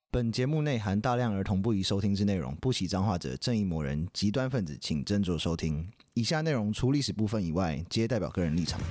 本节目内含大量儿童不宜收听之内容，不喜脏话者、正义魔人、极端分子，请斟酌收听。以下内容除历史部分以外，皆代表个人立场。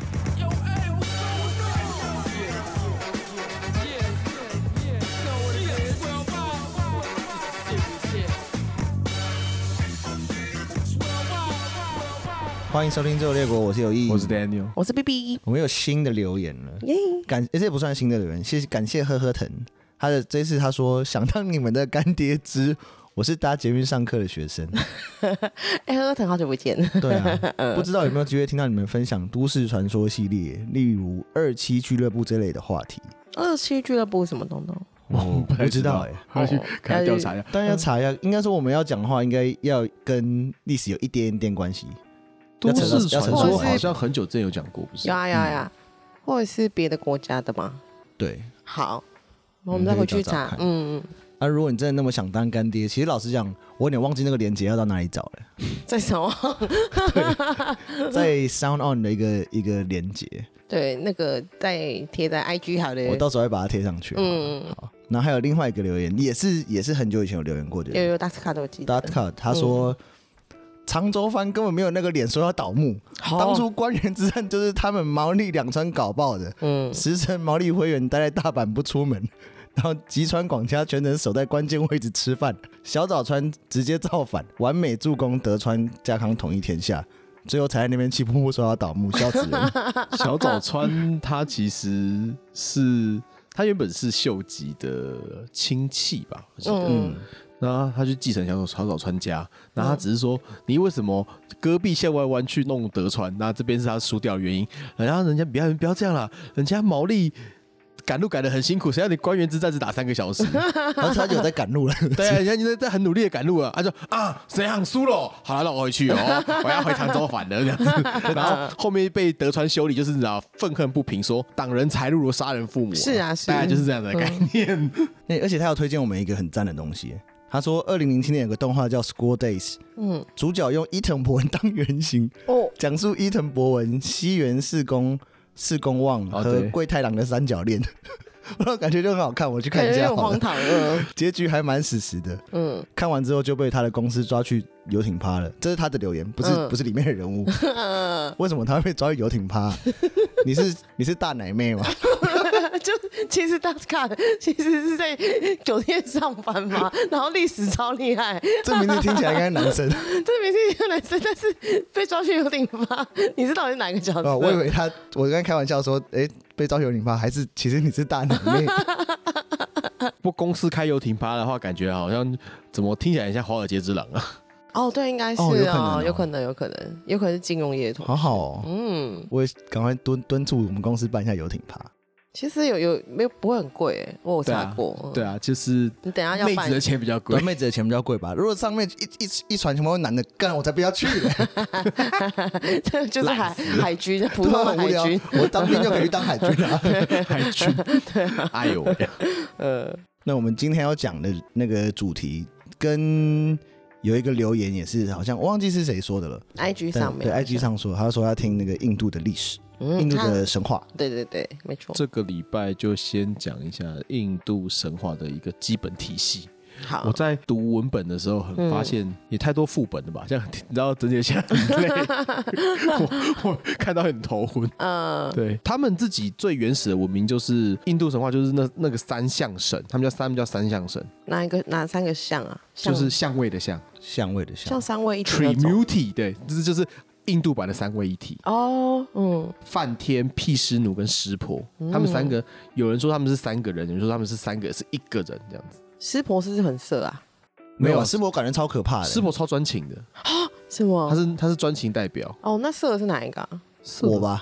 欢迎收听《自由列国》，我是有意， 我是 Daniel， 我是 BB。 我们有新的留言了， 耶！ 这也不算新的留言，感谢呵呵腾。这次他说想当你们的干爹之，我是搭捷运上课的学生。 呵呵腾好久不见。 对啊，不知道有没有机会听到你们分享都市传说系列，例如27俱乐部这类的话题。 27俱乐部什么东东？ 我不知道要去看调查一下。 当然要查一下，应该说我们要讲的话，应该要跟历史有一点点关系。 都市传说好像很久之前有讲过，不是？ 有啊，或者是别的国家的吗？ 对， 好，我们再回去查。 如果你真的那么想当干爹，其实老实讲，我有点忘记那个连结要到哪里找了。 在什么？ 在 Sound On 的一个连结。 对，那个再贴在 IG 好的。 我到时候会把它贴上去。好。然后还有另外一个留言，也是很久以前有留言过的。 有 Dustka 的我记得。 Dustka 他说。常州藩根本没有那个脸说要倒幕，当初官员之战就是他们毛利两川搞爆的。时称毛利辉元待在大阪不出门，然后吉川广家全程守在关键位置吃饭，小早川直接造反，完美助攻德川家康统一天下，最后才在那边气噗噗说要倒幕，笑死人。 小早川他其实是他原本是秀吉的亲戚吧，我记得。然后他去继承小早川家，然后他只是说，你为什么戈壁线外弯去弄德川？那这边是他输掉的原因。然后人家不要这样啦，人家毛利赶路赶得很辛苦，谁让你官员之战只打3个小时？ 然后他有在赶路了， 对啊，人家你在很努力的赶路啊，他就谁让输了？好了，让我回去哦，我要回常州反了这样子。然后后面被德川修理，就是你知道愤恨不平，说挡人财路如杀人父母。 是啊， 大概就是这样的概念。 而且他有推荐我们一个很赞的东西。他说，2007年有个动画叫《School Days》，主角用伊藤博文当原型，讲述伊藤博文、西园四公望和桂太郎的三角恋。我感觉就很好看，我去看一下好了。 荒唐结局还蛮史实的。看完之后就被他的公司抓去游艇趴了，这是他的留言，不是里面的人物。为什么他会被抓去游艇趴？你是大奶妹吗？ 就其实Dustka其实是在酒店上班嘛，然后历史超厉害。 这名字听起来应该是男生。 这名字应该是男生，但是被抓去游艇趴，你是到底是哪个角色？ 我以为我刚才开玩笑说，被抓去游艇趴，还是其实你是大奶妹？ 不，公司开游艇趴的话，感觉好像怎么听起来很像华尔街之狼啊？ 哦，对，应该是有可能是金融业同事。 好好哦，我也赶快敦促我们公司办一下游艇趴。 其实没有不会很贵我有查过。 对啊，就是你等一下要妹子的钱比较贵， 妹子的钱比较贵吧？如果上面一船全部都男的，干我才不要去了。 这就是海军，普通的海军。 我当兵就可以去当海军了。 海军，对啊，哎呦， 那我们今天要讲的那个主题跟有一个留言也是，好像我忘记是谁说的了。 IG 上面， 对 IG 上说，他说要听那个印度的历史。印度的神话， 对，没错。 这个礼拜就先讲一下印度神话的一个基本体系。 好， 我在读文本的时候，很发现也太多副本了吧？这样你知道整体起来很累，我看到很头昏。对，他们自己最原始的文明就是印度神话，就是那个三象神，他们叫三象神。 哪三个象啊？ 就是相位的象， 像三位一体。 Trimurti， 对，这就是印度版的三位一体梵天、毗湿奴跟湿婆，他们三个，有人说他们是3个人，有人说他们是3个是1个人这样子。 湿婆是很色啊？ 没有，湿婆感觉超可怕的。 湿婆超专情的是吗？ 他是专情代表。 那色的是哪一个？ 我吧。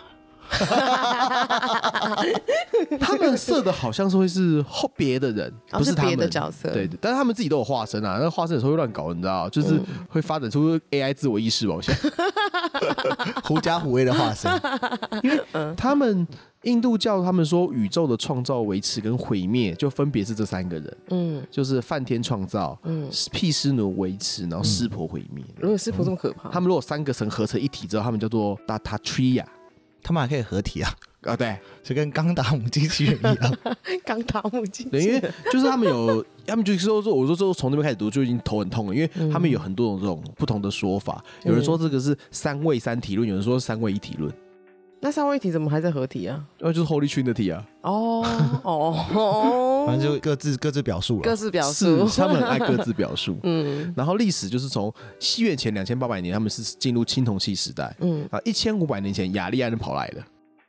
他们色的好像是会是别的人，不是他们别的角色。 对，但是他们自己都有化身啊，那个化身有时候会乱搞，你知道，就是会发展出 AI 自我意识吧，我想。 狐假虎威的化身， 因为他们印度教他们说宇宙的创造、维持跟毁灭，就分别是这3个人，就是梵天创造，毗湿奴维持，然后湿婆毁灭。 如果湿婆这么可怕， 他们如果3个神合成一体之后，他们叫做 Dattatreya。 他们还可以合体啊？ 啊，对， 就跟钢达姆机器人一样。 钢达姆机器人， 对，因为就是他们就是说，我说从那边开始读就已经头很痛了，因为他们有很多种这种不同的说法，有人说这个是3位3体论，有人说3位1体论。 那3位一体怎么还在合体啊？ 就是 Holy Trinity 啊。 反正就各自表述了， 各自表述， 是他们很爱各自表述。然后历史就是从西元前2800年，他们是进入青铜器时代。1500年前雅利安人跑来了。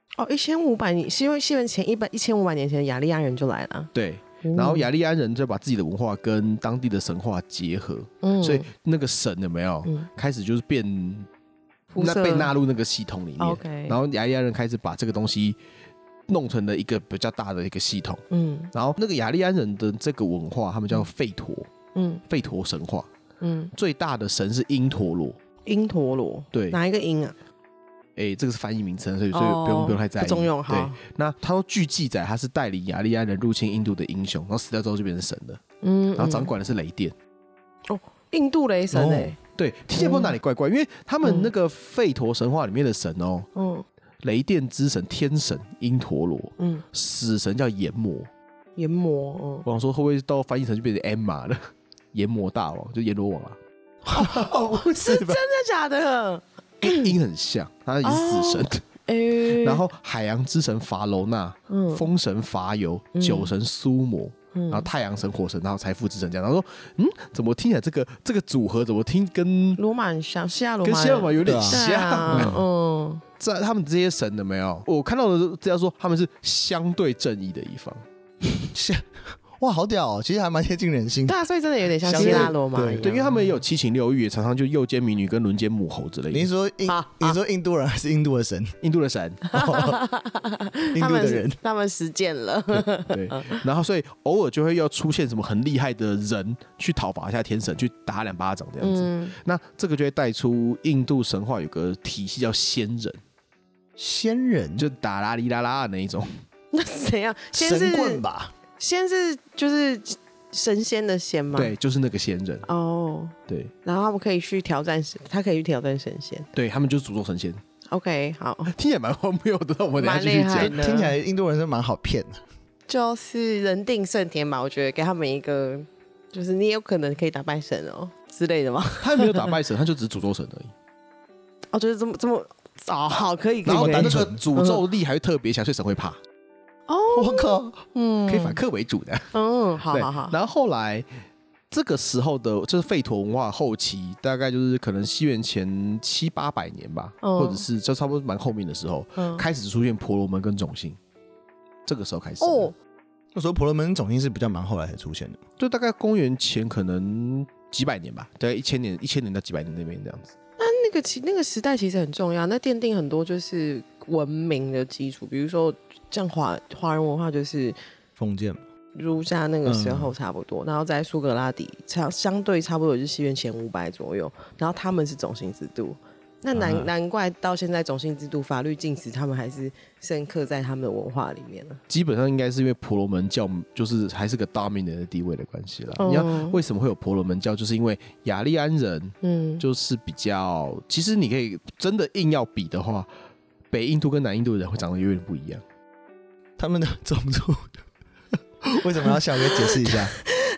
1500年，西元前1500年前，雅利安人就来了。 对。然后雅利安人就把自己的文化跟当地的神话结合，所以那个神有没有开始就是被纳入那个系统里面。然后雅利安人开始把这个东西弄成了一个比较大的一个系统。然后那个雅利安人的这个文化，他们叫吠陀，吠陀神话。最大的神是因陀罗。 因陀罗，对，哪一个因啊？ 这个是翻译名称，所以不用太在意， 不重用。 对，那他说据记载，他是带领雅利安人入侵印度的英雄，然后死掉之后就变成神了。然后掌管的是雷电。 印度雷神对，听起来不知道哪里怪怪，因为他们那个吠陀神话里面的神雷电之神天神因陀罗，死神叫炎魔。我想说会不会到翻译成就变成 Emma 了？炎魔大王就阎罗王啊？ 是真的假的？ 音很像，他也是死神。然后海洋之神法楼纳，风神伐尤，酒神苏摩，然后太阳神、火神，然后财富之神这样。然后说，怎么听起来这个组合怎么听跟罗马很像，西亚罗马有点像。在他们这些神有没有？我看到的资料说他们是相对正义的一方。 哇，好屌哦！其实还蛮贴近人心。 对啊，所以真的有点像希腊罗马一样。 对，因为他们也有7情6欲，也常常就诱奸民女跟轮奸母猴之类的。 你说印度人还是印度的神？ 印度的神， 印度的人， 他们实践了。 对，然后所以偶尔就会要出现什么很厉害的人去讨伐一下天神，去打2巴掌这样子。那这个就会带出印度神话有个体系叫仙人。 仙人就打啦哩啦啦的那一种。 那是怎样？ 神棍吧？ 仙是就是神仙的仙吗？ 对，就是那个仙人。对。 然后他们可以去挑战他可以去挑战神仙。 对，他们就是诅咒神仙。 OK， 好， 听起来蛮荒谬的，我们等一下继续讲。 听起来印度人是蛮好骗的， 就是人定胜天嘛。我觉得给他们一个，就是你有可能可以打败神之类的吗？ 他没有打败神，他就只是诅咒神而已。 就是这么好，可以。 然后那个诅咒力还会特别强，所以神会怕。 我靠， 可以反客为主的。 好。 然后后来这个时候的，就是吠陀文化后期，大概就是可能西元前700-800年吧，或者是就差不多蛮后面的时候，开始出现婆罗门跟种姓。这个时候开始。 那时候婆罗门种姓是比较蛮后来才出现的， 就大概公元前可能几百年吧，大概1000年到几百年那边这样子。 那个时代其实很重要，那奠定很多就是文明的基础，比如说像华人文化就是封建儒家那个时候差不多，然后在苏格拉底相对差不多就是西元前500左右，然后他们是种姓制度，那难怪到现在种姓制度法律禁止，他们还是深刻在他们的文化里面了。 基本上应该是因为婆罗门教就是还是个 dominant 的地位的关系了。你要为什么会有婆罗门教，就是因为雅利安人，就是比较，其实你可以真的硬要比的话，北印度跟南印度的人会长得有点不一样。 他们的种族为什么要笑？我解释一下。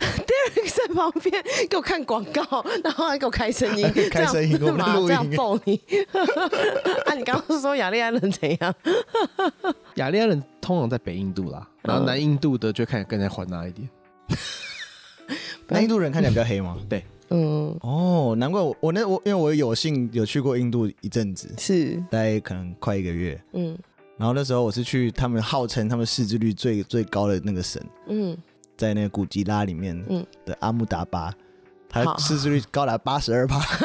Derek 在旁边给我看广告，然后还给我开声音， 开声音，我们录音， 这样逗你。你刚刚说雅利安人怎样？ 雅利安人通常在北印度啦，然后南印度的就看起来更加欢纳一点。 南印度人看起来比较黑吗？ 对。 难怪我因为我有幸有去过印度一阵子， 是大概可能快1个月。然后那时候我是去他们号称他们识字率最高的那个省，在那个古吉拉里面的阿姆达巴，他识字率高达82%，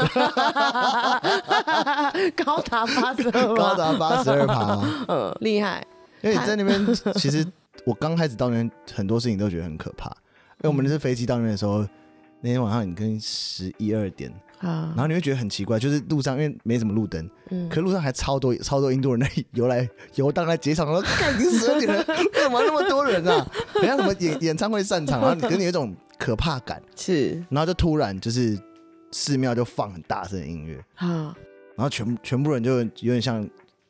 高达82%， 高达82%， 厉害。 因为你在那边，其实我刚开始到那边，很多事情都觉得很可怕。因为我们那次飞机到那边的时候，那天晚上你跟11、12点。然后你会觉得很奇怪，就是路上因为没什么路灯，可是路上还超多印度人在游荡在街上，说看已经12点了，为什么那么多人啊？很像什么演唱会散场，然后给你有一种可怕感， 是， 然后就突然就是寺庙就放很大声的音乐，然后全部人就有点像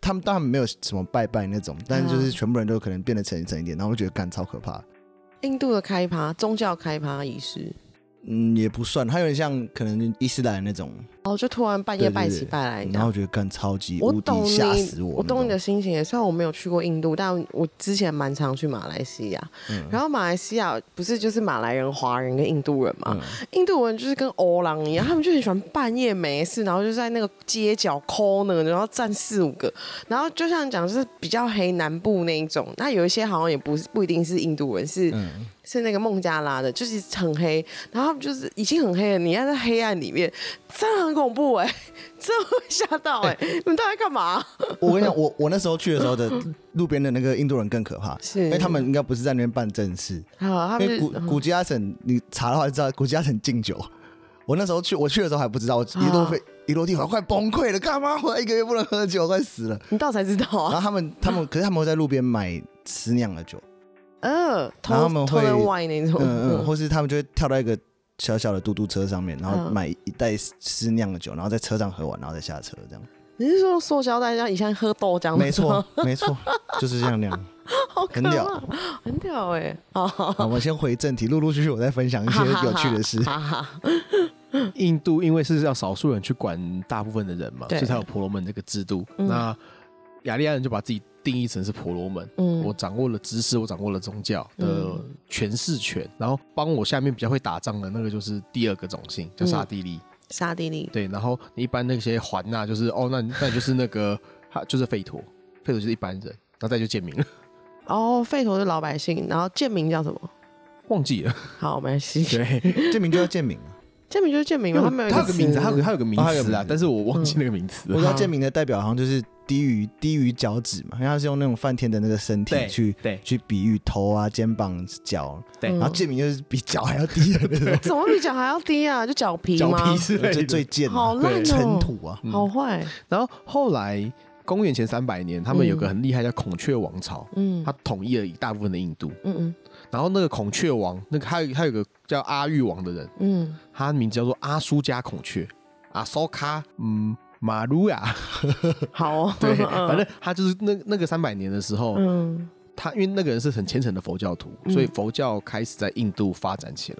他们当然没有什么拜拜那种，但是就是全部人都可能变得虔诚一点，然后我就觉得干超可怕。 印度的开趴，宗教开趴仪式， 也不算，它有点像可能伊斯兰那种。 就突然半夜拜起拜来， 然后我觉得干超级无敌吓死我。 我懂你的心情，虽然我没有去过印度，但我之前蛮常去马来西亚。然后马来西亚不是就是马来人、华人跟印度人嘛？印度人就是跟欧郎一样，他们就很喜欢半夜没事，然后就在那个街角 corner， 然后站4-5个，然后就像讲就是比较黑南部那一种。那有一些好像也不一定是印度人，是那个孟加拉的，就是很黑，然后他们就是已经很黑了，你要在黑暗里面，真的很恐怖真的会吓到你们到底在干嘛？ 我跟你讲，我那时候去的时候的路边的那个印度人更可怕，因为他们应该不是在那边办正事，因为古吉拉省你查的话就知道，古吉拉省禁酒。我那时候我去的时候还不知道，我一落地我快崩溃了，干嘛？我1个月不能喝酒，我快死了。 你到才知道啊？ 然后可是他们会在路边买私酿的酒。然后他们会那种， 或是他们就会跳到一个小小的嘟嘟车上面，然后买一袋私酿的酒，然后在车上喝完，然后再下车这样。 你是说塑胶袋像以前喝豆浆？ 没错，没错，就是这样那样。很屌， 很屌好，我们先回正题，陆陆续续我再分享一些有趣的事。 印度因为是让少数人去管大部分的人嘛，所以才有婆罗门这个制度。那雅利安人就把自己定义成是婆罗门，我掌握了知识，我掌握了宗教的诠释权，然后帮我下面比较会打仗的那个就是第2个种姓，叫刹帝利。 刹帝利， 对，然后你一般那些环啊，就是那就是那个就是吠陀，吠陀就是一般人，然后再就贱民了。 吠陀是老百姓，然后贱民叫什么？ 忘记了。 好，没关系。 对， 贱民就叫贱民啊。 贱民就是贱民，他有个名字，他有个名词啊，但是我忘记那个名词了。 我知道贱民的代表好像就是低于脚趾嘛，因为他是用那种梵天的那个身体去比喻头啊、肩膀、脚，然后贱民就是比脚还要低的那种。 怎么比脚还要低啊？就脚皮吗？ 脚皮之类的， 最贱， 好烂哦， 尘土啊， 好坏。 然后后来公元前300年，他们有个很厉害叫孔雀王朝，他统一了一大部分的印度，然后那个孔雀王，那个还有个叫阿育王的人，他的名字叫做阿苏加孔雀，阿苏卡马鲁亚， 好， 对，反正他就是那个300年的时候，他因为那个人是很虔诚的佛教徒，所以佛教开始在印度发展起来。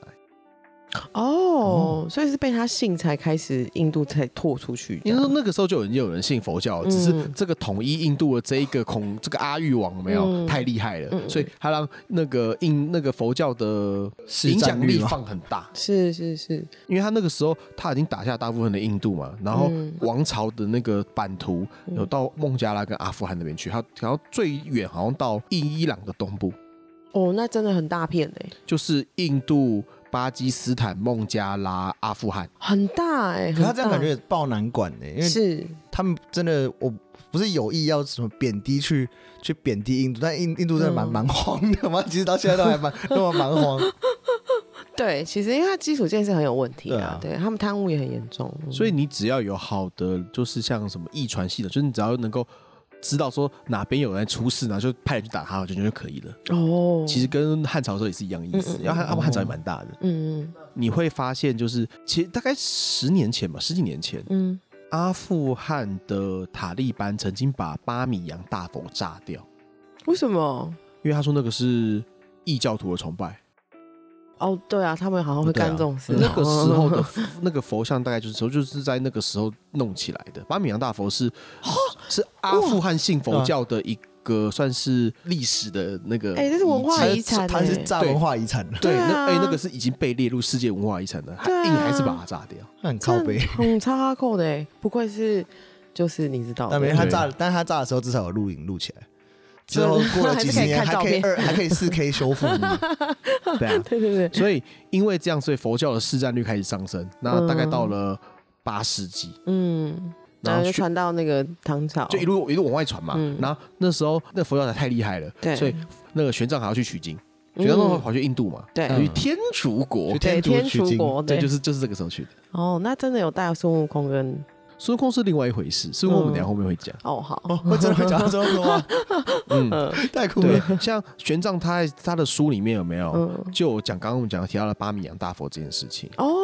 所以是被他信才开始印度才拓出去。 因为那个时候就有人信佛教，只是这个统一印度的这个阿育王没有太厉害了，所以他让那个佛教的影响力放很大。 是， 因为他那个时候他已经打下大部分的印度嘛，然后王朝的那个版图有到孟加拉跟阿富汗那边去，然后最远好像到伊朗的东部。 那真的很大片就是印度、巴基斯坦、孟加拉、阿富汗， 很大可他这样感觉也爆难管因为是他们真的，我不是有意要什么贬低去贬低印度，但印度真的蛮荒的嘛，其实到现在都还蛮荒。 对，其实因为它基础建设很有问题对他们贪污也很严重， 所以你只要有好的，就是像什么遗传系统，就是你只要能够知道说哪边有人出事，然后就派人去打他，我觉得就可以了。其实跟汉朝的时候也是一样的意思，因为汉朝也蛮大的。你会发现就是其实大概10几年前，阿富汗的塔利班曾经把巴米扬大佛炸掉。 为什么？ 因为他说那个是异教徒的崇拜。 对啊，他们好像会干这种事。 那个时候的那个佛像大概就是在那个时候弄起来的。巴米扬大佛是阿富汗信佛教的一个算是历史的那个， 这是文化遗产， 它是炸文化遗产的。 对，那个是已经被列入世界文化遗产的，硬还是把它炸掉， 很靠北， 很插哈扣的不愧是就是你知道， 但他炸的时候至少有录影录起来。之后过了几十年，还可以4K 修复。 对啊， 对。 所以因为这样，所以佛教的市占率开始上升。那大概到了8世纪， 然后就传到那个唐朝， 就一路往外传嘛。然后那时候那佛教太厉害了，所以那个玄奘还要去取经。玄奘跑去印度嘛， 对， 去天竺国， 天竺国， 对，就是这个时候去的。 那真的有带孙悟空跟。 孙悟空是另外一回事，孙悟空我们等一下后面会讲。 好， 我真的会讲到孙悟空吗？太酷了。 像玄奘他的书里面有没有就讲刚刚我们提到了巴米扬大佛这件事情？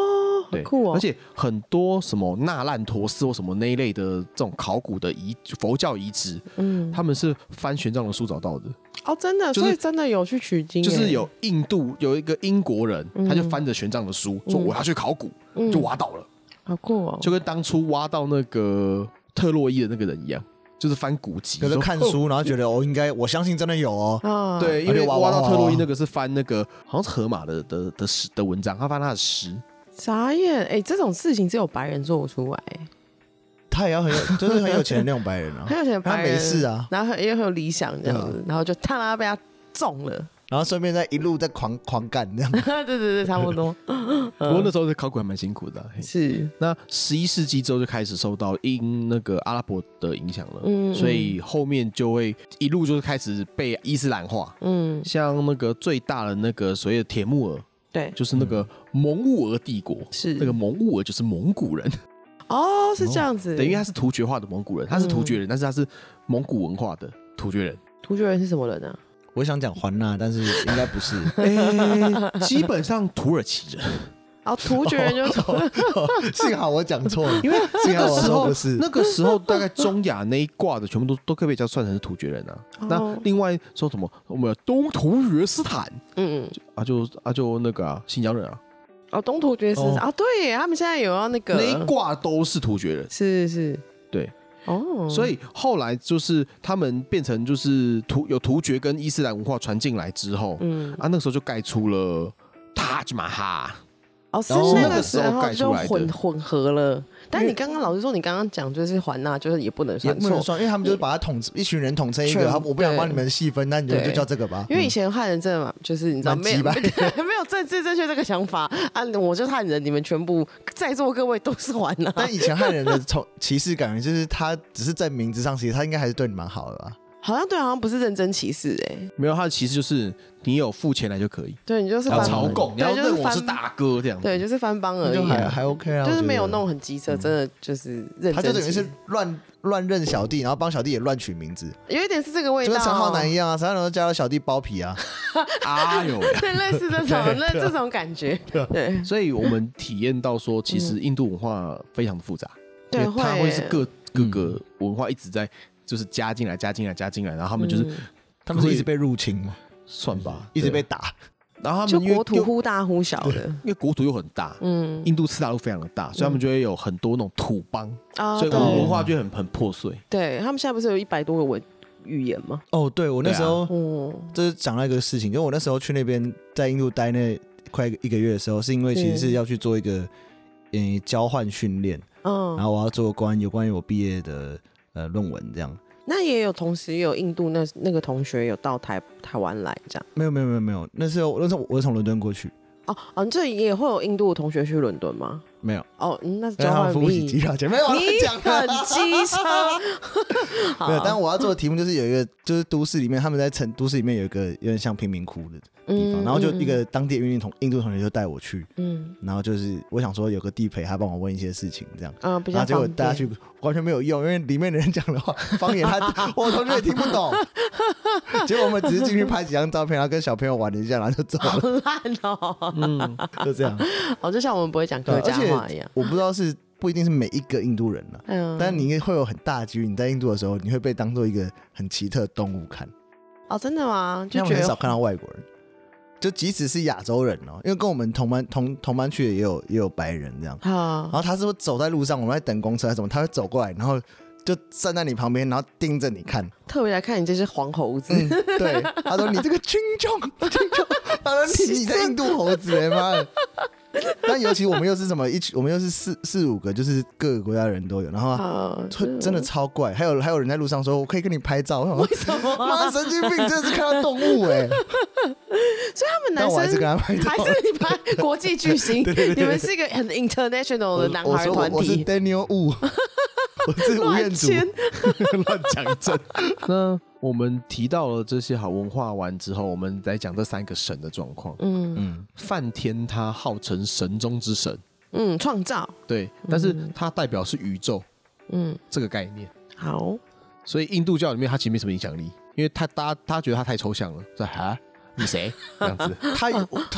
对， 酷哦！ 而且很多什么那烂陀寺或什么那一类的这种考古的佛教遗址，他们是翻玄奘的书找到的。 哦，真的，所以真的有去取经， 就是有印度有一个英国人，他就翻着玄奘的书，说我要去考古，就挖到了， 好酷哦！ 就跟当初挖到那个特洛伊的那个人一样。就是翻古籍， 就是看书，然后觉得应该，我相信真的有哦。 对，因为挖到特洛伊那个是翻那个好像是荷马的文章，他翻他的诗。 傻眼，这种事情只有白人做不出来。 他也要很有，就是很有钱的那种白人啊， 很有钱的白人， 他没事啊， 然后也很有理想这样子，然后就被他中了。 然后顺便再一路在狂干这样， 对，差不多。 不过那时候的考古还蛮辛苦的。 是。 那11世纪之后就开始受到那个阿拉伯的影响了，所以后面就会一路就是开始被伊斯兰化。像那个最大的那个所谓的铁木尔， 对， 就是那个蒙兀儿帝国， 是那个蒙兀儿就是蒙古人。 哦，是这样子。 对，因为他是突厥化的蒙古人，他是突厥人，但是他是蒙古文化的突厥人。 突厥人是什么人呢？ 我想讲环纳，但是应该不是。 基本上土耳其人。 哦，突厥人就幸好我讲错了， 因为幸好我说不是。 那个时候大概中亚那一挂的全部都可以被算成是突厥人啊。那另外说什么我们东突厥斯坦，就那个新疆人啊。 哦，东突厥斯坦啊，对耶，他们现在有要那个那一挂都是突厥人， 是， 对。所以后来就是他们变成就是有突厥跟伊斯兰文化传进来之后，那个时候就盖出了塔吉马哈。 是那个时候就混合了。但你刚刚老实说，你刚刚讲就是环纳，就是也不能算错， 也不能算，因为他们就是把它一群人统称一个，我不想帮你们细分，那你们就叫这个吧。 因为以前汉人真的嘛，就是你知道没有政治正确这个想法啊，我就是汉人，你们全部在座各位都是环纳。 但以前汉人的歧视感，就是他只是在名字上，其实他应该还是对你蛮好的吧。 好像不是认真歧视没有，他的歧视就是你有付钱来就可以， 对你就是要朝贡，你要认我是大哥这样， 对，就是翻帮而已， 还 OK 啊， 就是没有弄很机车，真的就是认真。 他就等于是乱认小弟，然后帮小弟也乱取名字， 有一点是这个味道， 就跟陈浩南一样啊，陈浩南都叫他小弟包皮啊， 对，类似这种感觉，对。 所以我们体验到说，其实印度文化非常的复杂， 对， 它会是各个文化一直在。就是加进来，然后他们他们是一直被入侵嘛， 算吧， 一直被打， 然后他们就国土忽大忽小的， 因为国土又很大，印度次大陆非常的大，所以他们就会有很多那种土邦，所以文化就很破碎。 对，他们现在不是有100多个语言吗？ 对，我那时候就是讲到一个事情，因为我那时候去那边在印度待那快1个月的时候，是因为其实是要去做一个交换训练，然后我要做有关于我毕业的论文这样。 那也有同时有印度那个同学有到台湾来这样？ 没有，那时候我是从伦敦过去。 这也会有印度的同学去伦敦吗？ 没有。 那是交换付不起机票钱，没有你很机车。 没有，但我要做的题目就是有一个，就是都市里面他们在都市里面有一个有点像贫民窟的地方，然后就一个当地的印度同学就带我去，然后就是我想说有个地陪，他帮我问一些事情这样， 比较方便。 然后结果大家去完全没有用，因为里面的人讲的话方言我同学也听不懂，结果我们只是进去拍几张照片，然后跟小朋友玩了一下，然后就走了。 好烂哦， 就这样。 就像我们不会讲客家话一样。 我不知道不一定是每一个印度人啦，但你会有很大的几率，你在印度的时候，你会被当做一个很奇特的动物看。 真的吗？就觉得很少看到外国人，就即使是亚洲人因为跟我们同班去的也有白人这样。然后他是会走在路上，我们在等公车还是什么，他会走过来，然后就站在你旁边，然后盯着你看， 特别来看你这只黄猴子。 对，他说你这个青虫，他说你在印度猴子妈的。但尤其我们又是什么我们又是4-5个，就是各个国家的人都有，然后真的超怪。还有人在路上说我可以跟你拍照， 为什么？ 妈神经病，真的是看到动物所以他们男生但我还是跟他拍照， 还是你拍国际巨星。对，你们是一个很 international 的男孩团体。 我是 Daniel Wu， 我是吴彦祖， 乱讲真。那我们提到了这些好文化完之后，我们来讲这3个神的状况。梵天他号称神中之神， 创造，对， 但是它代表是宇宙，这个概念。 好， 所以印度教里面它其实没什么影响力，因为他觉得它太抽象了，说你谁这样子？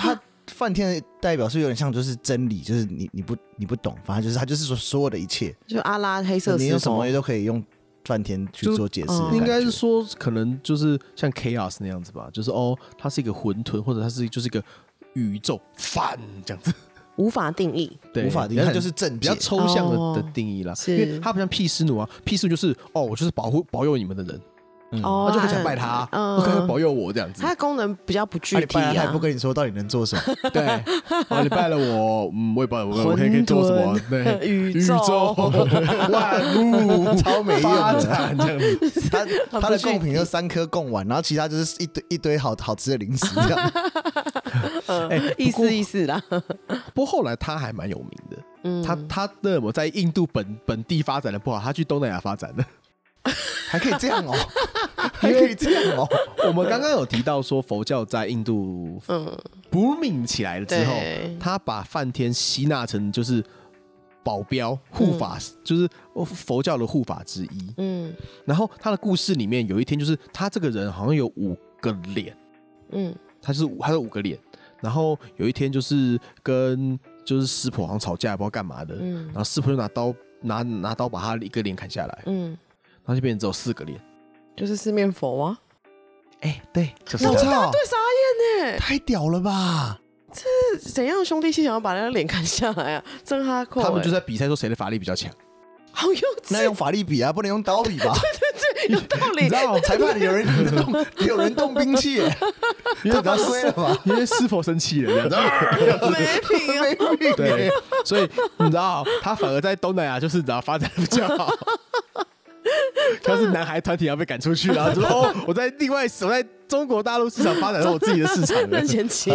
梵天的代表是有点像就是真理，就是你不懂，反正就是他就是说所有的一切， 就阿拉黑色石头， 你有什么都可以用梵天去做解释， 应该是说可能就是像 chaos 那样子吧，就是它是一个混沌，或者它就是一个宇宙梵这样子。 无法定义， 对，无法定义，它就是正比较抽象的定义啦。因为它不像毗湿奴啊，毗湿奴就是我就是保佑你们的人，我就很想拜他，我可以保佑我这样子。 它的功能比较不具体啊，他也不跟你说到底能做什么。 对，你拜了我，我也拜了我可以做什么？对， 宇宙万物超没用的这样子。 他的贡品就3颗贡丸，然后其他就是一堆好吃的零食这样。 意思啦。 不过后来他还蛮有名的，他那么在印度本地发展的不好，他去东南亚发展的， 还可以这样还可以这样我们刚刚有提到说佛教在印度booming起来了之后，他把梵天吸纳成就是保镖护法，就是佛教的护法之一。然后他的故事里面有一天就是他这个人好像有5个脸，他是5个脸。然后有一天就是跟湿婆好像吵架，不知道干嘛的，然后湿婆就拿刀把他一个脸砍下来，然后就变成只有4个脸， 就是四面佛吗？ 对，就是我操， 对，傻眼呢， 太屌了吧！ 这是怎样兄弟气想要把那个脸砍下来啊？真哈扣！ 他们就在比赛说谁的法力比较强。 好幼稚！ 那用法力比啊，不能用刀比吧？ 对，有道理。 你知道裁判有人动兵器耶，这不亏了吧？ 因为师傅生气了，你知道吗？ 没品啊！ 没品。 对，所以你知道他反而在东南亚就是你知道发展比较好。要是男孩团体要被赶出去了，说我在中国大陆市场发展我自己的市场， 任贤齐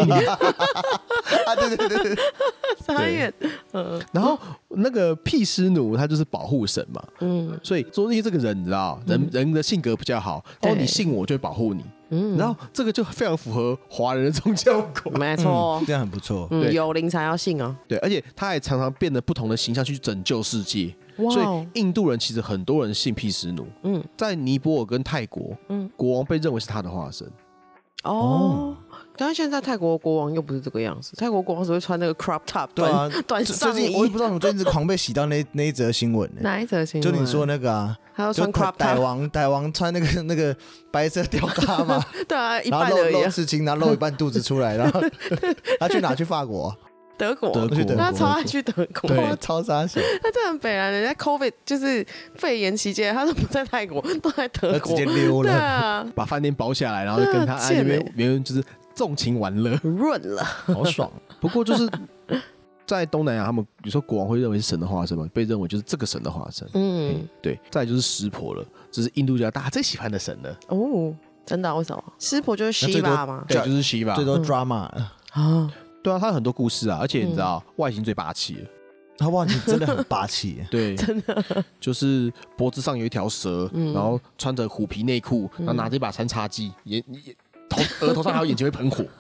对， 傻眼。 然后那个毗湿奴他就是保护神嘛，所以说这个人你知道，人的性格比较好，你信我就会保护你。然后这个就非常符合华人的宗教观， 没错， 这样很不错。 有灵才要信哦。 对，而且他还常常变得不同的形象去拯救世界。所以印度人其实很多人信毗湿奴。在尼泊尔跟泰国，国王被认为是他的化身。 但是现在泰国国王又不是这个样子，泰国国王只会穿那个 crop top， 短上衣。 最近我也不知道，我最近狂被洗到那一则新闻。 哪一则新闻？ 就你说那个啊， 他要穿 crop top， 傣王穿那个白色吊嘎嘛， 对啊，一半而已， 然后露刺青，然后露一半肚子出来，然后他去哪？去法国。 德国， 他超爱去德国， 对，超傻小。 他真的很北蓝，人家 COVID 就是肺炎期间，他都不在泰国，都在德国， 直接溜了， 对啊， 把饭店包下来，然后就跟他那边就是纵情玩乐， 润了， 好爽。 不过就是在东南亚，他们有时候国王会认为是神的化身嘛，被认为就是这个神的化身。对，再来就是湿婆了，这是印度教大家最喜欢的神了。 真的？为什么？湿婆就是西巴吗？ 对，就是西巴， 最多 drama 啊。对啊，他很多故事啊，而且你知道，外形最霸气了。 他外形真的很霸气， 对， 真的， 就是脖子上有一条蛇，然后穿着虎皮内裤，然后拿着一把餐叉机，额头上还有眼睛会喷火，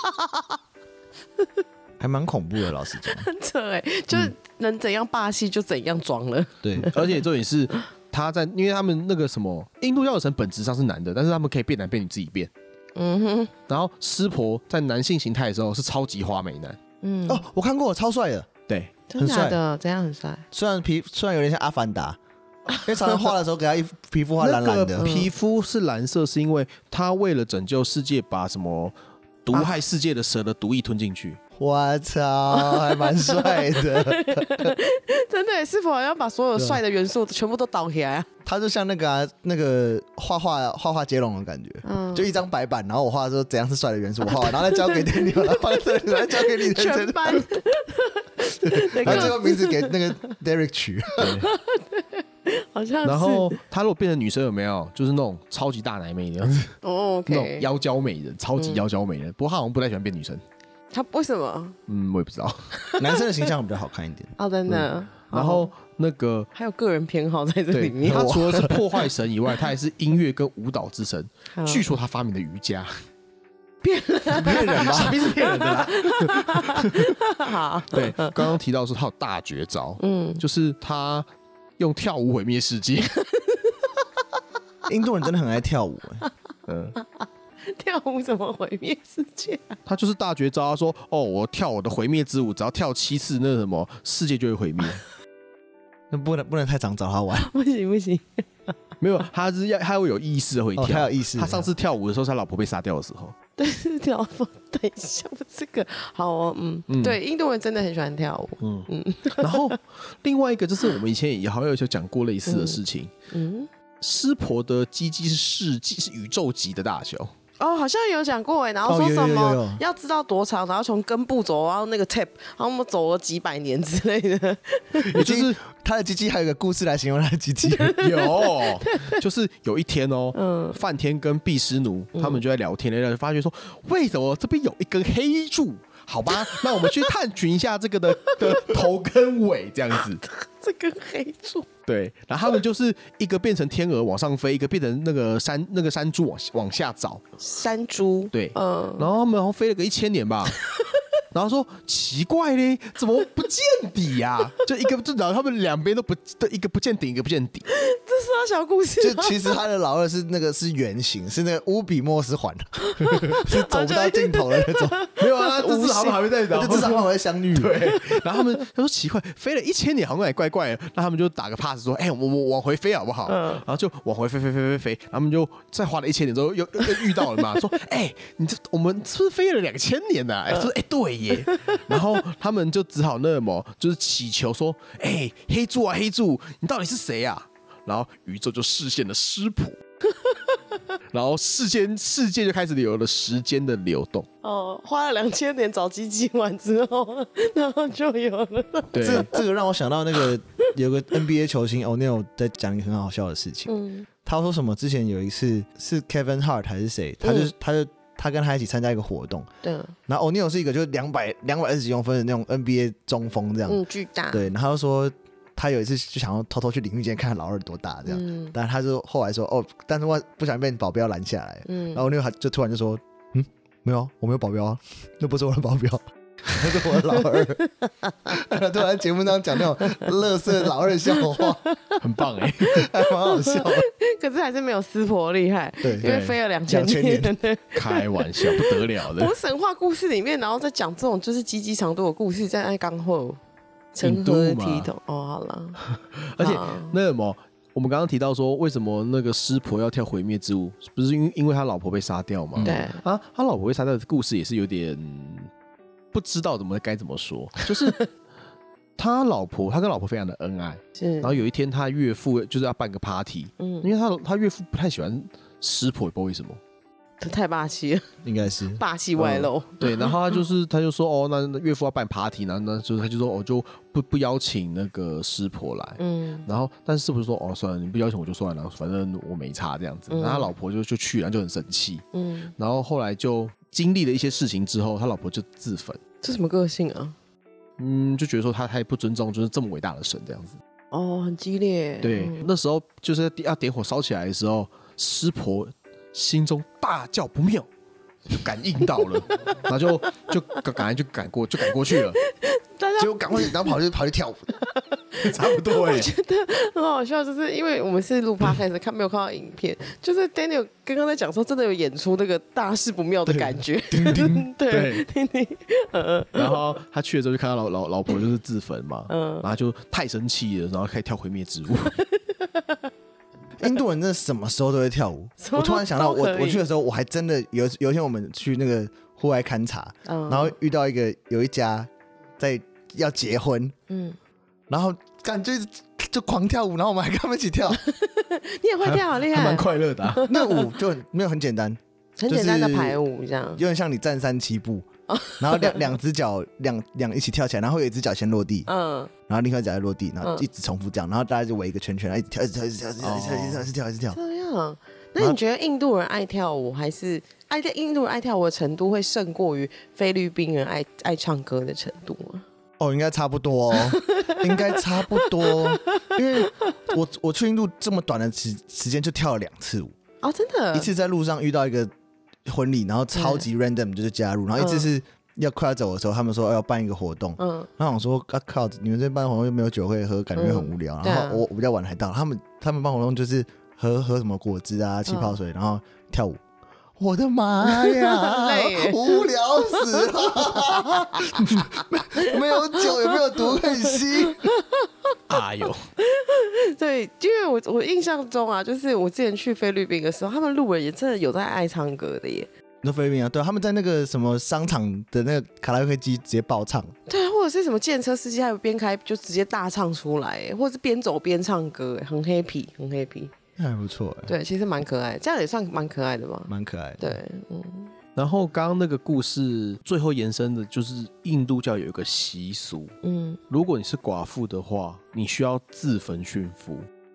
还蛮恐怖的。老实讲， 很扯就是能怎样霸气就怎样装了。 对，而且重点是他因为他们那个什么印度教的神本质上是男的，但是他们可以变男变女自己变。然后湿婆在男性形态的时候是超级花美男。 我看过，超帅的。 对， 很帅的，怎样很帅？ 虽然有点像阿凡达，因为常常画的时候给他皮肤画蓝蓝的。 皮肤是蓝色，是因为他为了拯救世界，把什么毒害世界的蛇的毒液吞进去。 我操，还蛮帅的。 真的，师傅好像把所有帅的元素全部都倒起来啊！ 他就像那个画接龙的感觉，就一张白板，然后我画说怎样是帅的元素，我画完，然后再交给你，然后放在这里，然后交给你， 全班。 然后最后名字给那个 Derek 取。 好像是。 然后他如果变成女生有没有？就是那种超级大奶妹的样子。 OK。 那种妖娇美人，超级妖娇美人。不过他好像不太喜欢变女生。 他为什么？ 我也不知道。 男生的形象比较好看一点。 真的。 然后那个还有个人偏好在这里面。 他除了是破坏神以外，他还是音乐跟舞蹈之神。据说他发明的瑜伽。 骗人吧？ 想必是骗人的啦。 好。 对，刚刚提到说他有大绝招，就是他用跳舞毁灭世界。 印度人真的很爱跳舞， 跳舞怎么毁灭世界啊？ 他就是大绝招，他说哦，我跳我的毁灭之舞，只要跳7次，那什么世界就会毁灭。 那不能太常找他玩， 不行不行， 没有，他会有意识的会跳， 他有意识。 他上次跳舞的时候，他老婆被杀掉的时候， 对，是跳舞。等一下，这个好哦，对，印度人真的很喜欢跳舞， 然后另外一个就是我们以前也好像有讲过类似的事情，湿婆的鸡鸡是宇宙级的大小。 哦，好像有讲过哎，然后说什么要知道多长，然后从根部走，然后那个 tape， 然后我们走了几百年之类的。 也就是他的鸡鸡还有一个故事来形容他的鸡鸡。 有，就是有一天哦，梵天跟毗湿奴他们就在聊天，就发觉说，为什么这边有一根黑柱？好吧，那我们去探寻一下这个的头跟尾，这样子。 这根黑柱。 对，然后他们就是一个变成天鹅往上飞，一个变成那个山猪往下找。 山猪。对， 然后他们好像飞了个1000年吧。然后说奇怪嘞，怎么不见底呀？就然后他们两边都一个不见顶，一个不见底。 这是他小故事。 就其实他的老二是圆形，是那个乌比莫斯环，是走不到尽头的那种。 没有啊，这次他们还会再找， 至少他们会相遇。 对，然后他说奇怪，飞了1000年好像也怪怪的，那他们就打个 pass 说，我们往回飞好不好？然后就往回飞，然后他们就再花了1000年之后又遇到了嘛，说我们是不是飞了2000年呢？说对耶，然后他们就只好就是祈求说，黑柱啊黑柱，你到底是谁啊？然后宇宙就视现了湿婆。然后世界就开始有了时间的流动。 花了2000年找鸡鸡完之后，然后就有了。 对，这个让我想到那个有个 NBA 球星 O'Neal 在讲一个很好笑的事情。他说什么？之前有一次是 Kevin Hart 还是谁？他跟他一起参加一个活动。对。然后 O'Neal 是一个就是220几公分的那种 NBA 中锋这样。巨大。对，然后他就说。他有一次就想要偷偷去淋浴间看老二多大这样，但是他就后来说但是我不想被保镖拦下来，然后那个就突然就说没有，我没有保镖啊，那不是我的保镖，那是我的老二。他突然在节目上讲那种垃圾老二的笑话， 很棒还蛮好笑的。 可是还是没有湿婆厉害，对，因为飞了2000 年。开玩笑，不得了的。 我神话故事里面，然后再讲这种就是鸡鸡长度的故事，在爱刚后。成河体统好了。 而且我们刚刚提到说，为什么那个湿婆要跳毁灭之舞？不是因为他老婆被杀掉吗？ 对啊，他老婆被杀掉的故事也是有点不知道该怎么说。就是他跟老婆非常的恩爱，然后有一天他岳父就是要办个 party，因为他岳父不太喜欢湿婆，也不知道为什么。 他太霸气了， 应该是霸气外露。 对，然后他就说那岳父要办 party， 然后他就说我就不邀请那个湿婆来。然后但是湿婆说算了，你不邀请我就算了，反正我没差这样子。然后他老婆就去，然后就很生气。然后后来就经历了一些事情之后，他老婆就自焚。 这什么个性啊？ 就觉得说他太不尊重就是这么伟大的神这样子。 很激烈。 对，那时候就是要点火烧起来的时候，湿婆心中大叫不妙，就感应到了，然后就赶过去了， 结果赶过去，然后跑去跳舞， 差不多我觉得很好笑，就是因为我们是录 podcast 没有看到影片，就是 Daniel 刚刚在讲说，真的有演出那个大事不妙的感觉，对， 然后他去了之后就看到老婆就是自焚嘛，然后就太生气了，然后开始跳毁灭之舞。 印度人真的什么时候都会跳舞。我突然想到我去的时候，我还真的有一天我们去那个户外勘察，然后遇到有一家在要结婚，然后感觉就狂跳舞，然后我们还跟他们一起跳。 你也会跳，好厉害， 还蛮快乐的。 那舞就没有很简单， 很简单的排舞这样， 有点像你站3七步，然后两只脚一起跳起来，然后有一只脚先落地，然后另外一只脚再落地，然后一直重复这样，然后大家就围一个圈圈，一直跳，一直跳，一直跳，一直跳，一直跳，一直跳。 这样，那你觉得印度人爱跳舞，还是印度人爱跳舞的程度会胜过于菲律宾人爱唱歌的程度吗？ 应该差不多应该差不多，因为我去印度这么短的时间就跳了2次舞。 真的， 一次在路上遇到一个婚礼，然后超级 random 就是加入，然后一次是要快要走的时候，他们说要办一个活动，然后我说靠，你们这办活动又没有酒会喝，感觉很无聊。然后我比较晚才到，他们办活动就是喝什么果汁啊、气泡水，然后跳舞。 我的妈呀，无聊死了，没有酒也没有毒可以吸。 哎呦， 对，因为我印象中啊，就是我之前去菲律宾的时候，他们路人也真的有在爱唱歌的耶。 那菲律宾啊，对，他们在那个什么商场的那个卡拉 OK 机直接爆唱， 对啊，或者是什么计程车司机，还有边开就直接大唱出来耶，或者是边走边唱歌耶，很 happy， 很 happy。 还不错哎。 对，其实蛮可爱，这样也算蛮可爱的吧？ 蛮可爱的。 对， 然后刚刚那个故事最后延伸的就是印度教有一个习俗，如果你是寡妇的话，你需要自焚殉夫。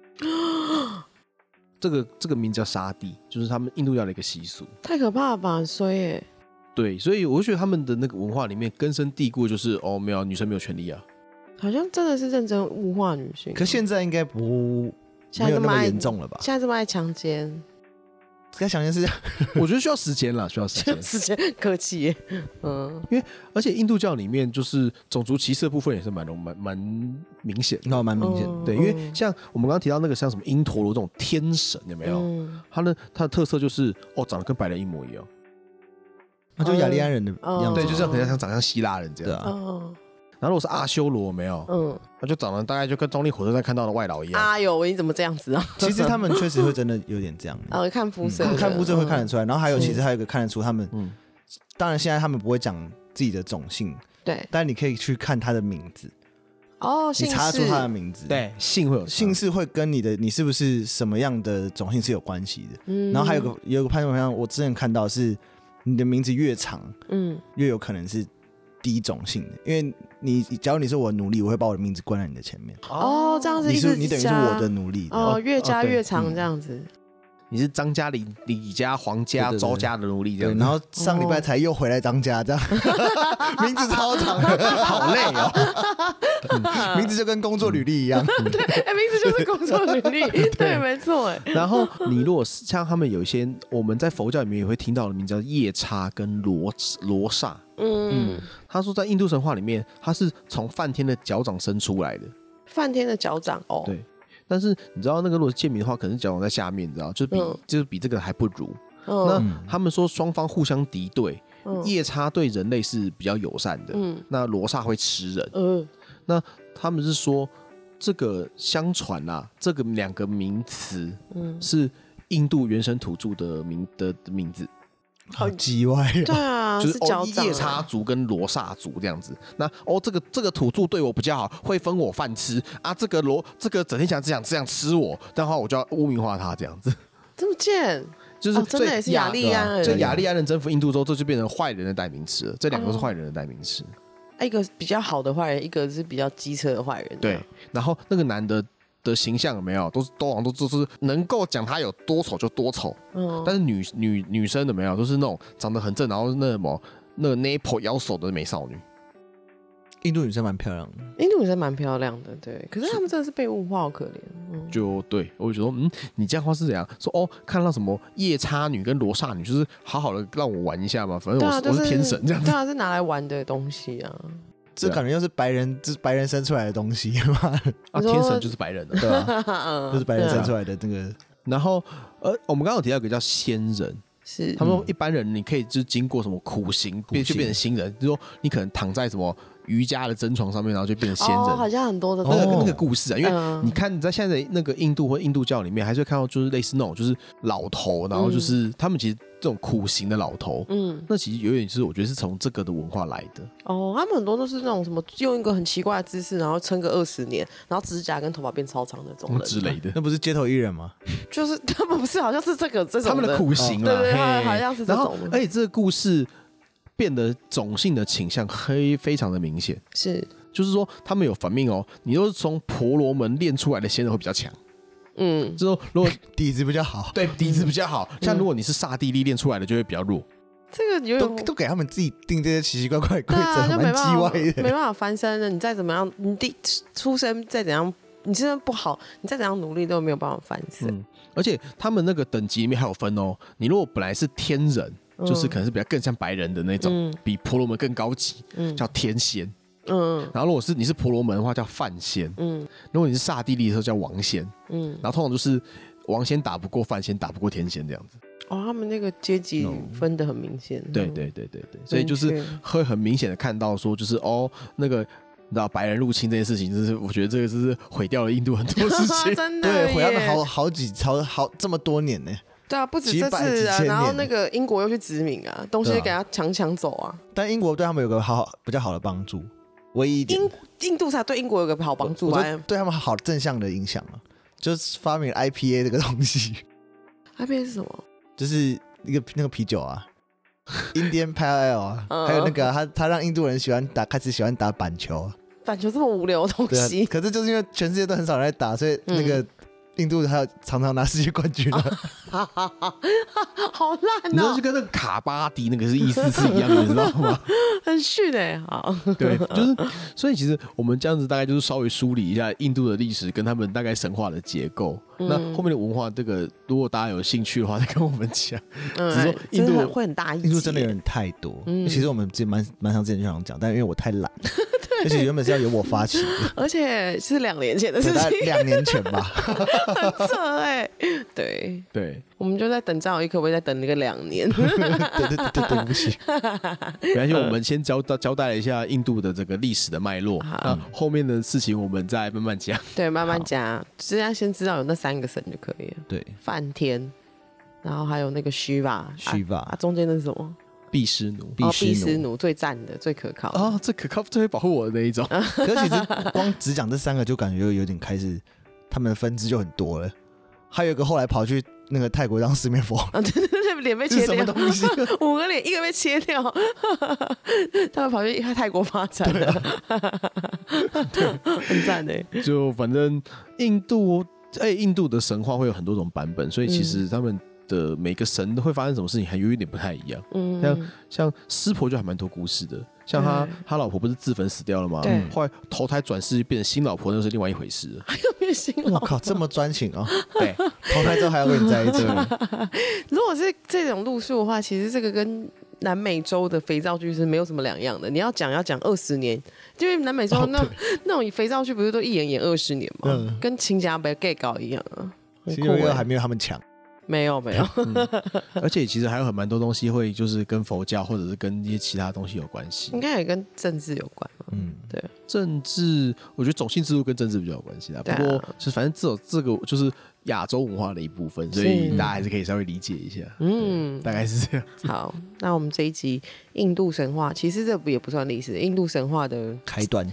这个名叫沙地，就是他们印度教的一个习俗。 太可怕了吧，很衰耶。 对，所以我就觉得他们的那个文化里面根深蒂固，就是没有女生没有权利啊。 好像真的是认真物化女性。 可现在应该没有那么严重了吧？ 现在这么爱强奸， 该强奸是， 我觉得需要时间啦，需要时间。 时间客气耶， 因为而且印度教里面就是种族歧视的部分也是蛮明显的， 蛮明显的。 对，因为像我们刚刚提到那个像什么因陀罗这种天神有没有？它的特色就是长得跟白人一模一样， 那就雅利安人的样子， 对，就是很像长像希腊人这样。然后如果是阿修罗没有，他就长得大概就跟动力火车站看到的外劳一样。 哎呦，你怎么这样子啊？ 其实他们确实会真的有点这样。 看肤色， 看肤色会看得出来。然后还有，其实还有一个看得出他们，当然现在他们不会讲自己的种姓， 对， 但你可以去看他的名字。 姓氏， 你查出他的名字， 对，姓会有姓氏会跟你是不是什么样的种姓是有关系的。然后还有个判断方向，我之前看到是你的名字越长，越有可能是第一种姓的，因为假如你是我的奴隶，我会把我的名字冠在你的前面。 这样子你等于是我的奴隶。 越加越长这样子。 你是张家、李家、黄家、周家的奴隶这样。 对，然后上礼拜才又回来张家，这样名字超长， 好累哦。 名字就跟工作履历一样。 对，名字就是工作履历，对，没错。 然后你如果像他们有一些我们在佛教里面也会听到的名字叫夜叉跟罗刹。他说在印度神话里面，他是从梵天的脚掌生出来的。 梵天的脚掌对。但是你知道那个如果是贱民的话，可能是脚掌在下面，你知道，就是比这个还不如。那他们说双方互相敌对，夜叉对人类是比较友善的，那罗刹会吃人。那他们是说这个相传啊，这个两个名词是印度原生土著的名字。 好叽歪啊！ 对啊， 就是脚掌夜叉族跟罗刹族这样子。那这个土著对我比较好，会分我饭吃啊。这个整天想这样吃我，但话我就要污名化他这样子。 这么贱， 就是真的也是雅利安人。 所以雅利安人征服印度之后，这就变成坏人的代名词了。这两个是坏人的代名词。 一个比较好的坏人，一个是比较机车的坏人。 对，然后那个男的形象有没有都是能够讲他有多丑就多丑，但是女生有没有都是那种长得很正，然后那个 nipple 腰手的美少女。 印度女生蛮漂亮的， 印度女生蛮漂亮的，对。可是他们真的是被物化，好可怜。 就对，我就说，你这样的话是怎样说？看到什么夜叉女跟罗刹女，就是好好的让我玩一下嘛，反正我是天神这样子。 对啊，是拿来玩的东西啊。 这感觉又是白人生出来的东西嘛？ 天神就是白人的， 对吧？就是白人生出来的那个。 然后，我们刚刚有提到一个叫仙人， 是他们说一般人你可以就是经过什么苦行就变成新人，就是说你可能躺在什么瑜伽的真床上面，然后就变成仙人。 好像很多的那个故事啊，因为你看你在现在的那个印度或印度教里面，还是会看到就是类似那种就是老头，然后就是他们其实这种苦行的老头，那其实有点是我觉得是从这个的文化来的。 他们很多都是那种什么用一个很奇怪的姿势，然后撑个20年，然后指甲跟头发变超长那种人之类的。 那不是街头艺人吗？ 就是他们不是好像是这种他们的苦行啦， 对，好像是这种的。 而且这个故事变得种姓的倾向非常的明显， 是就是说他们有反命哦，你都是从婆罗门练出来的仙人会比较强。就是说如果底子比较好， 对，底子比较好。像如果你是刹帝利练出来的，就会比较弱。 这个有点都给他们自己定这些奇奇怪怪的规则，蛮叽歪的， 没办法翻身的。你再怎么样，你出身再怎样，你真的不好，你再怎样努力都没有办法翻身。 而且他们那个等级里面还有分哦，你如果本来是天人，就是可能是比较更像白人的那种，比婆罗门更高级，叫天仙。然后如果你是婆罗门的话叫梵仙，如果你是刹帝利的时候叫王仙，然后通常就是王仙打不过梵仙，打不过天仙这样子。 他们那个阶级分得很明显。 对，所以就是会很明显的看到说，就是那个你知道白人入侵这件事情，就是我觉得这个是毁掉了印度很多事情。 真的对，毁他们好这么多年呢。 对啊，不止这次啊，然后那个英国又去殖民啊，东西给他抢走啊。 但英国对他们有个比较好的帮助，唯一一点。 印度才对英国有个好帮助啊， 对他们好正向的影响啊，就是发明 IPA 这个东西。 IPA 是什么？ 就是那个啤酒啊，Indian Pale Ale 啊，还有那个他让印度人开始喜欢打板球。 板球这么无聊的东西， 可是就是因为全世界都很少人在打，所以那个印度还有常常拿世界冠军啊。 好烂哦！ 你知道就跟那个卡巴迪那个意思是一样的，你知道吗？ 很逊哎，好。 对，就是所以其实我们这样子大概就是稍微梳理一下印度的历史跟他们大概神话的结构。那后面的文化，这个如果大家有兴趣的话，再跟我们讲。只是说印度会很大一截， 印度真的有点太多。其实我们蛮长之前就想讲，但因为我太懒，而且原本是要由我发起的， 而且是2年前的事情 ，2年前吧， 很扯哎。对，我们就在等张小艺，可不可以再等那个2年？ 对不起。 没关系，我们先交代了一下印度的这个历史的脉络，那后面的事情我们再慢慢讲。 对，慢慢讲，只要先知道有那3个神就可以了。 对， 梵天，然后还有那个Shiva，中间那是什么？ 毗湿奴， 毗湿奴最赞的、最可靠的最可靠、最会保护我的那一种。 可是其实光只讲这3个，就感觉有点开始，他们的分支就很多了。还有一个后来跑去那个泰国当四面佛， 对，脸被切掉， 什么东西 ？5个脸1个被切掉，他们跑去泰国发展了，很赞的。 就反正印度的神话会有很多种版本，所以其实他们的每个神会发生什么事情还有一点不太一样。像湿婆就还蛮多故事的，像他老婆不是自焚死掉了吗？后来投胎转世变成新老婆，那是另外一回事了。 还有变新老婆？ 我靠，这么专情哦！ 对， 投胎之后还要跟你在一起。 如果是这种路数的话，其实这个跟南美洲的肥皂剧是没有什么两样的。你要讲20年，因为南美洲那种肥皂剧不是都一演20年吗？跟亲家伯 gay 搞一样啊。 其实还没有他们强。 没有， 而且其实还有蛮多东西会就是跟佛教或者是跟一些其他东西有关系， 应该也跟政治有关嘛。对， 政治我觉得种姓制度跟政治比较有关系啦。不过就反正这个就是亚洲文化的一部分，所以大家还是可以稍微理解一下。大概是这样。 好，那我们这一集印度神话，其实这也不算历史，印度神话的开端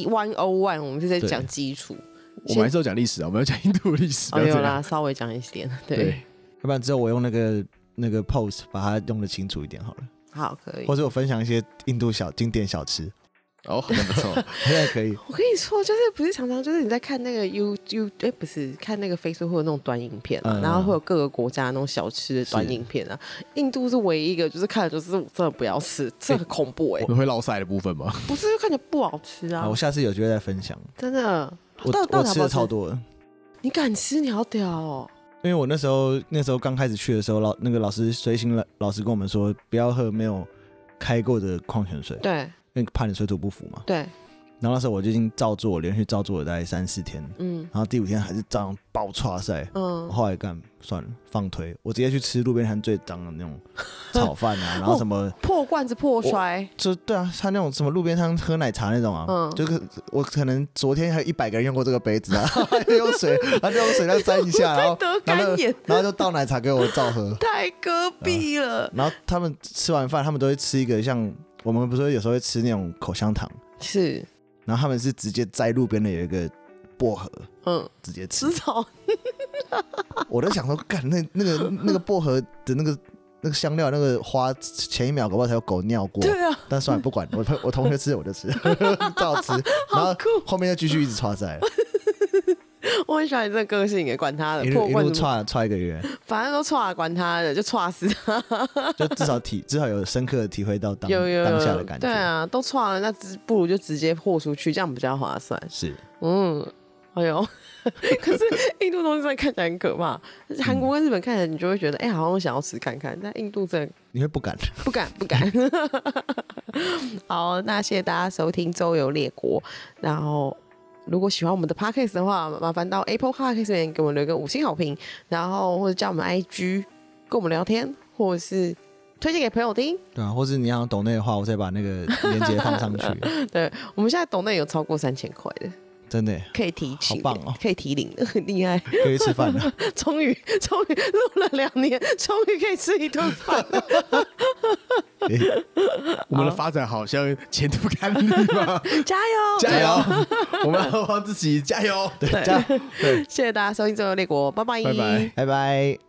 101，我们是在讲基础。 我们还是要讲历史啊，我们要讲印度的历史。 没有啦，稍微讲一点。对。 要不然之后我用那个 post 把它用的清楚一点好了。 好，可以。 或者我分享一些印度经典小吃。 好像不错， 现在可以。 我跟你说，就是不是常常就是你在看那个不是看那个 Facebook 会有那种短影片啊，然后会有各个国家那种小吃的短影片啊。印度是唯一一个就是看的就是真的不要吃，这很恐怖你会落腮的部分吗？ 不是，看起来不好吃啊。 我下次有机会再分享。 真的， 我吃的超多的。 你敢吃？你好屌哦！ 因为我那时候刚开始去的时候，那个随行老师跟我们说，不要喝没有开过的矿泉水， 对， 因为怕你水土不服嘛。 对。 然后那时候我就已经连续照做了大概3-4天，然后第5天还是照样爆剉赛，我后来算了，放推，我直接去吃路边摊最脏的那种炒饭啊，然后什么破罐子破摔， 就对啊，他那种什么路边摊喝奶茶那种啊，就是我可能昨天还有100个人用过这个杯子啊，就用水再沾一下，然后得干眼， 然后就倒奶茶给我照喝， 太隔壁了。 然后他们吃完饭，他们都会吃一个像我们不是有时候会吃那种口香糖， 是。 然后他们是直接在路边的有一个薄荷，直接吃草。我都想说，干那个薄荷的那个香料那个花，前一秒搞不好才有狗尿过。对啊，但算了，不管，我同学吃我就吃，照吃。然后后面就继续一直剉赛。 我很喜欢你这个个性，管他的， 一路剉1个月， 反正都剉，管他的，就剉死他。 就至少有深刻的体会到当下的感觉。 对啊，都剉了，那不如就直接豁出去，这样比较划算。 是， 哎呦，可是印度东西真的看起来很可怕。韩国跟日本看起来你就会觉得，好像想要吃看看，但印度真的你会不敢。 好，那谢谢大家收听《周游列国》，然后。如果喜欢我们的 podcast 的话，麻烦到 Apple Podcast 里面给我们留个5星好评，然后或者加我们 IG， 跟我们聊天，或者是推荐给朋友听， 对啊，或是你想抖内的话，我再把那个链接放上去。 对，我们现在抖内有超过3000块的。 真的可以提起， 好棒哦， 可以提领的，很厉害， 可以吃饭了。 终于录了2年，终于可以吃一顿饭了。 我们的发展好像前途堪虑嘛， 加油加油！我们要帮自己加油， 对，加油！对， 谢谢大家收听《周游列国》，拜拜， 拜拜， 拜拜。